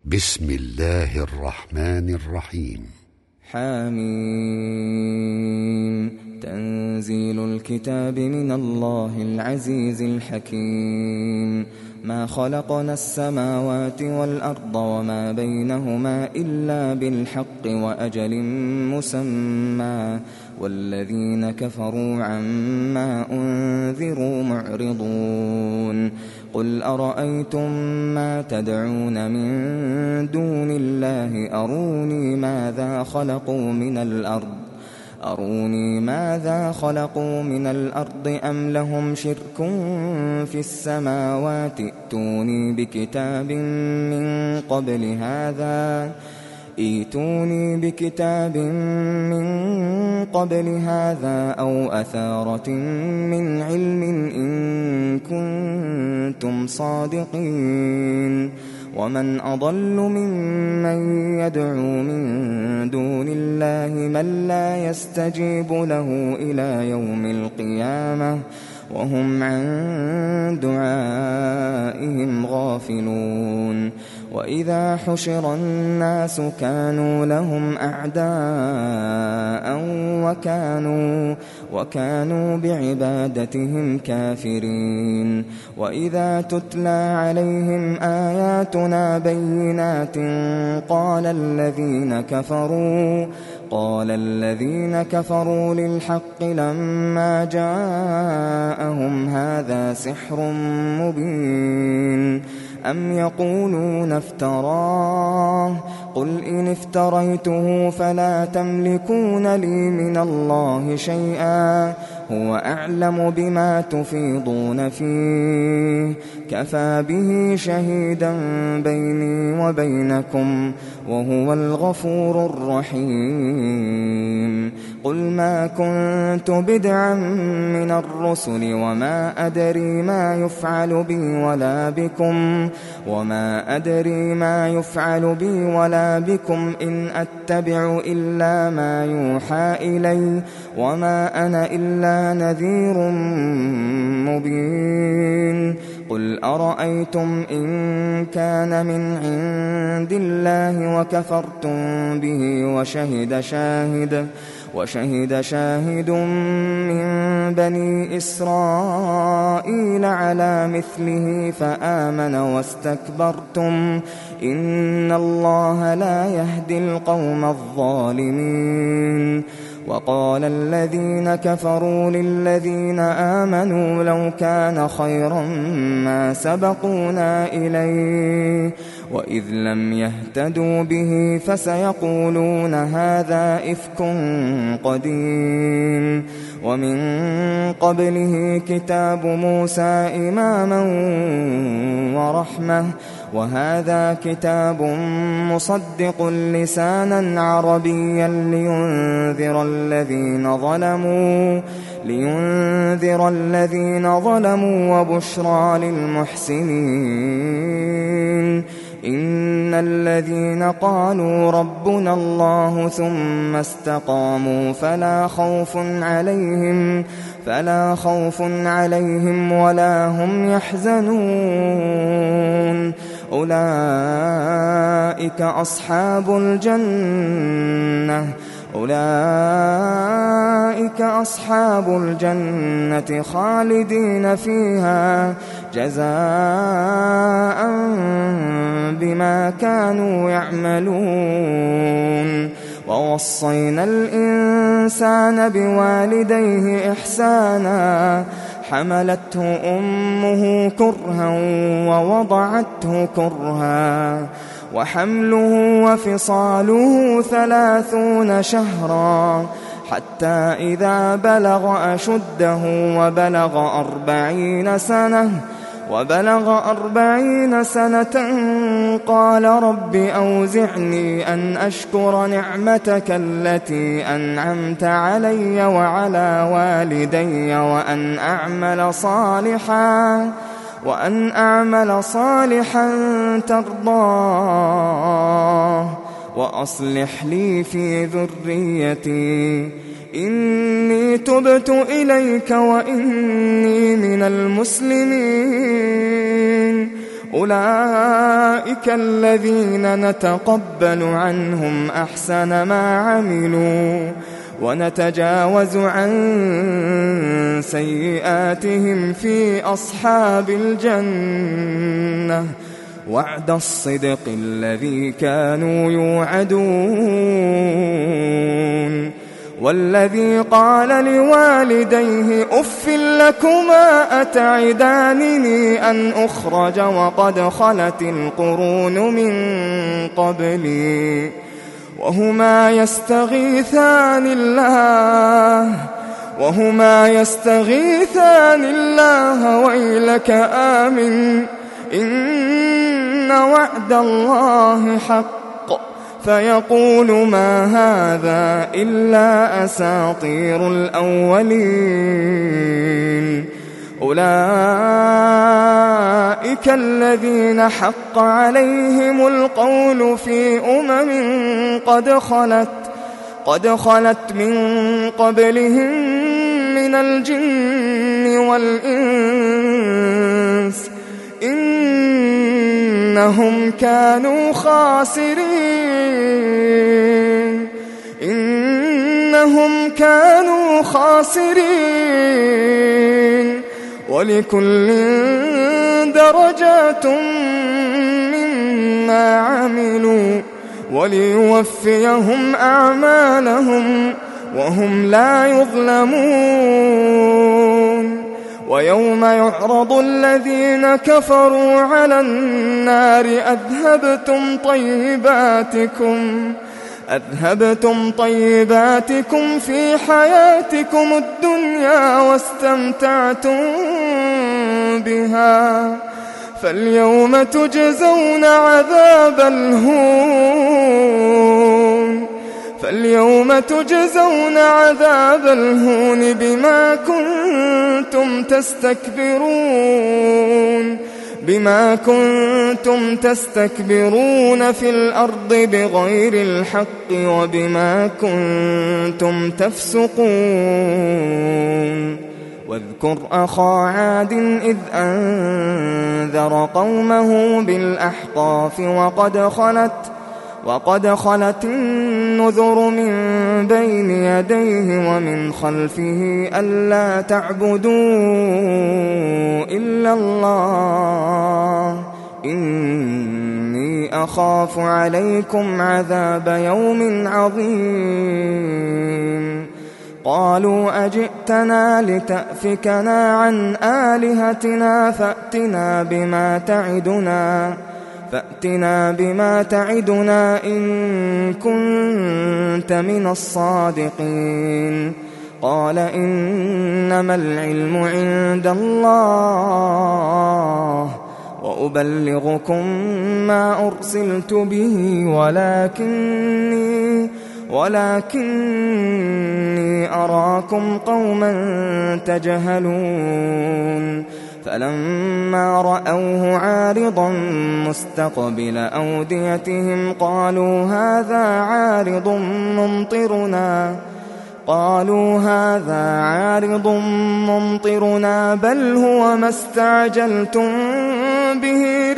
بسم الله الرحمن الرحيم. حميم. تنزيل الكتاب من الله العزيز الحكيم. ما خلقنا السماوات والأرض وما بينهما إلا بالحق وأجل مسمى والذين كفروا عما أنذروا معرضون. قل أرأيتم ما تدعون من دون الله أروني ماذا خلقوا من الأرض أم لهم شرك في السماوات ائتوني بكتاب من قبل هذا أو أثارة من علم إن كنتم صادقين. ومن أضل ممن يدعو من دون الله من لا يستجيب له إلى يوم القيامة وهم عن دعائهم غافلون. وإذا حشر الناس كانوا لهم أعداء وكانوا بعبادتهم كافرين. وإذا تتلى عليهم آياتنا بينات قال الذين كفروا للحق لما جاءهم هذا سحر مبين أم يقولون افتراه قل إن افتريته فلا تملكون لي من الله شيئا هو أعلم بما تفيضون فيه كفى به شهيدا بيني وبينكم وهو الغفور الرحيم. قل ما كنت بدعا من الرسل وما أدري ما يفعل بي ولا بكم إن أتبع إلا ما يوحى إلي وما أنا إلا نذير مبين. قل أرأيتم إن كان من عند الله وكفرتم به وشهد شاهد من بني إسرائيل على مثله فآمن واستكبرتم إن الله لا يهدي القوم الظالمين. وقال الذين كفروا للذين آمنوا لو كان خيرا ما سبقونا إليه وإذ لم يهتدوا به فسيقولون هذا إفك قديم. ومن قبله كتاب موسى إماما ورحمة وهذا كتاب مصدق لسانا عربيا لينذر الذين ظلموا وبشرى للمحسنين. إن الذين قالوا ربنا الله ثم استقاموا فلا خوف عليهم ولا هم يحزنون. أولئك أصحاب الجنة خالدين فيها جزاء بما كانوا يعملون. ووصينا الإنسان بوالديه إحسانا حملته أمه كرها ووضعته كرها وحمله وفصاله 30 شهرا حتى إذا بلغ أشده وبلغ 40 سنة قال رب أوزعني أن أشكر نعمتك التي أنعمت علي وعلى والدي وأن أعمل صالحا ترضاه وأصلح لي في ذريتي إني تبت إليك وإني من المسلمين. أولئك الذين نتقبل عنهم أحسن ما عملوا ونتجاوز عن سيئاتهم في أصحاب الجنة وعد الصدق الذي كانوا يوعدون والذي قال لوالديه أف لكما أتعدانني أن أخرج وقد خلت القرون من قبلي وهما يستغيثان الله ويلك آمن إن وعد الله حق فيقول ما هذا إلا أساطير الأولين أولئك الذين حق عليهم القول في قد خلت من قبلهم من الجن والإنس إنهم كانوا خاسرين ولكل درجات مما عملوا وليوفيهم أعمالهم وهم لا يظلمون ويوم يعرض الذين كفروا على النار أذهبتم طيباتكم في حياتكم الدنيا واستمتعتم بها فاليوم تجزون عذاب الهون بما كنتم تستكبرون في الأرض بغير الحق وبما كنتم تفسقون واذكر أخا عاد إذ أنذر قومه بالأحقاف وقد خلت النذر من بين يديه ومن خلفه ألا تعبدوا إلا الله إني أخاف عليكم عذاب يوم عظيم قالوا أجئتنا لتأفكنا عن آلهتنا فأتنا بما تعدنا إن كنت من الصادقين قال إنما العلم عند الله وأبلغكم ما أرسلت به ولكني أراكم قوما تجهلون فلما رأوه عارضا مستقبل أوديتهم قالوا هذا عارض ممطرنا بل هو ما استعجلتم به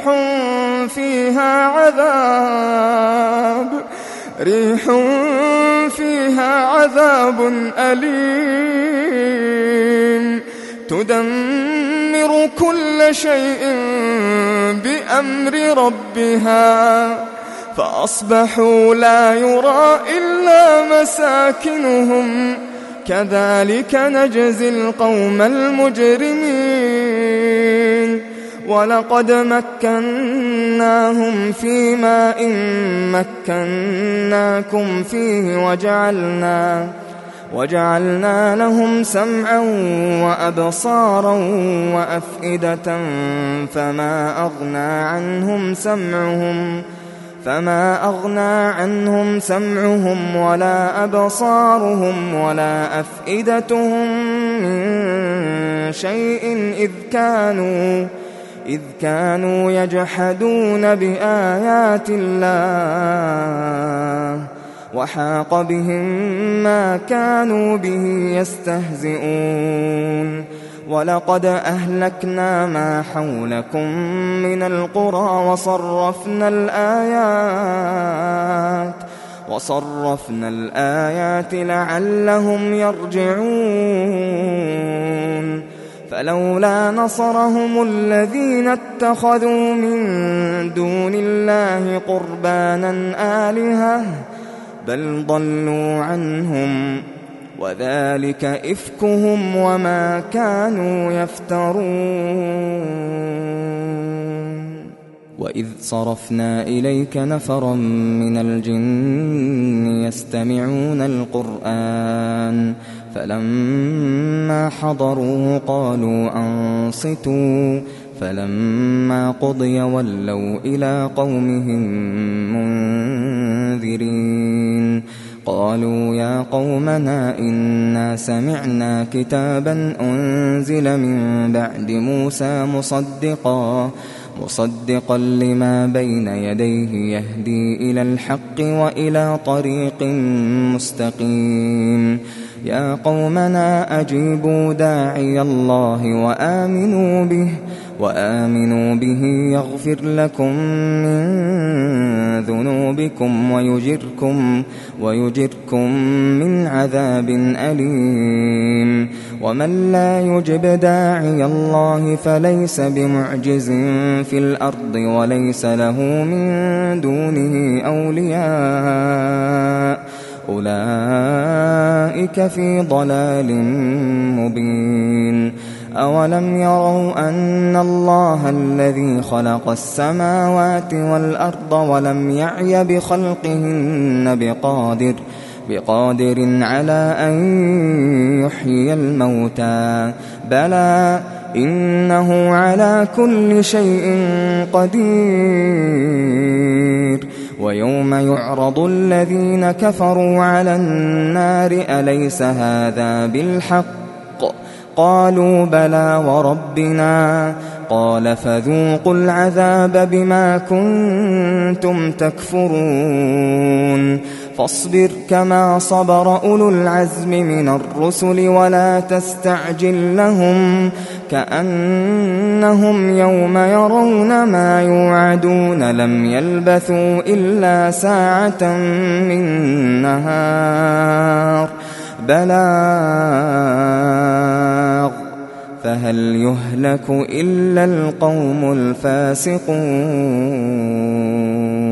ريح فيها عذاب أليم تدمر كل شيء بأمر ربها فأصبحوا لا يرى إلا مساكنهم كذلك نجزي القوم المجرمين ولقد مكناهم في ماء مكناكم فيه وجعلنا لهم سمعا وأبصارا وأفئدة فما أغنى عنهم سمعهم ولا أبصارهم ولا أفئدتهم من شيء إذ كانوا يجحدون بآيات الله وحاق بهم ما كانوا به يستهزئون ولقد أهلكنا ما حولكم من القرى وصرفنا الآيات لعلهم يرجعون فلولا نصرهم الذين اتخذوا من دون الله قربانا آلهة بل ضلوا عنهم وذلك إفكهم وما كانوا يفترون وإذ صرفنا إليك نفرا من الجن يستمعون القرآن فلما حضروه قالوا أنصتوا فلما قضي ولوا إلى قومهم منذرين قالوا يا قومنا إنا سمعنا كتابا أنزل من بعد موسى مصدقا لما بين يديه يهدي إلى الحق وإلى طريق مستقيم يا قومنا أجيبوا داعي الله وآمنوا به يغفر لكم من ذنوبكم ويجركم من عذاب أليم ومن لا يجب داعي الله فليس بمعجز في الأرض وليس له من دونه أولياء أولئك في ضلال مبين أولم يروا أن الله الذي خلق السماوات والأرض ولم يعي بخلقهن بقادر على أن يحيي الموتى بلى إنه على كل شيء قدير ويوم يعرض الذين كفروا على النار أليس هذا بالحق قالوا بلى وربنا قال فذوقوا العذاب بما كنتم تكفرون فاصبر كما صبر أولو العزم من الرسل ولا تستعجل لهم كأنهم يوم يرون ما يوعدون لم يلبثوا إلا ساعة من نهار بلاغ فهل يهلك إلا القوم الفاسقون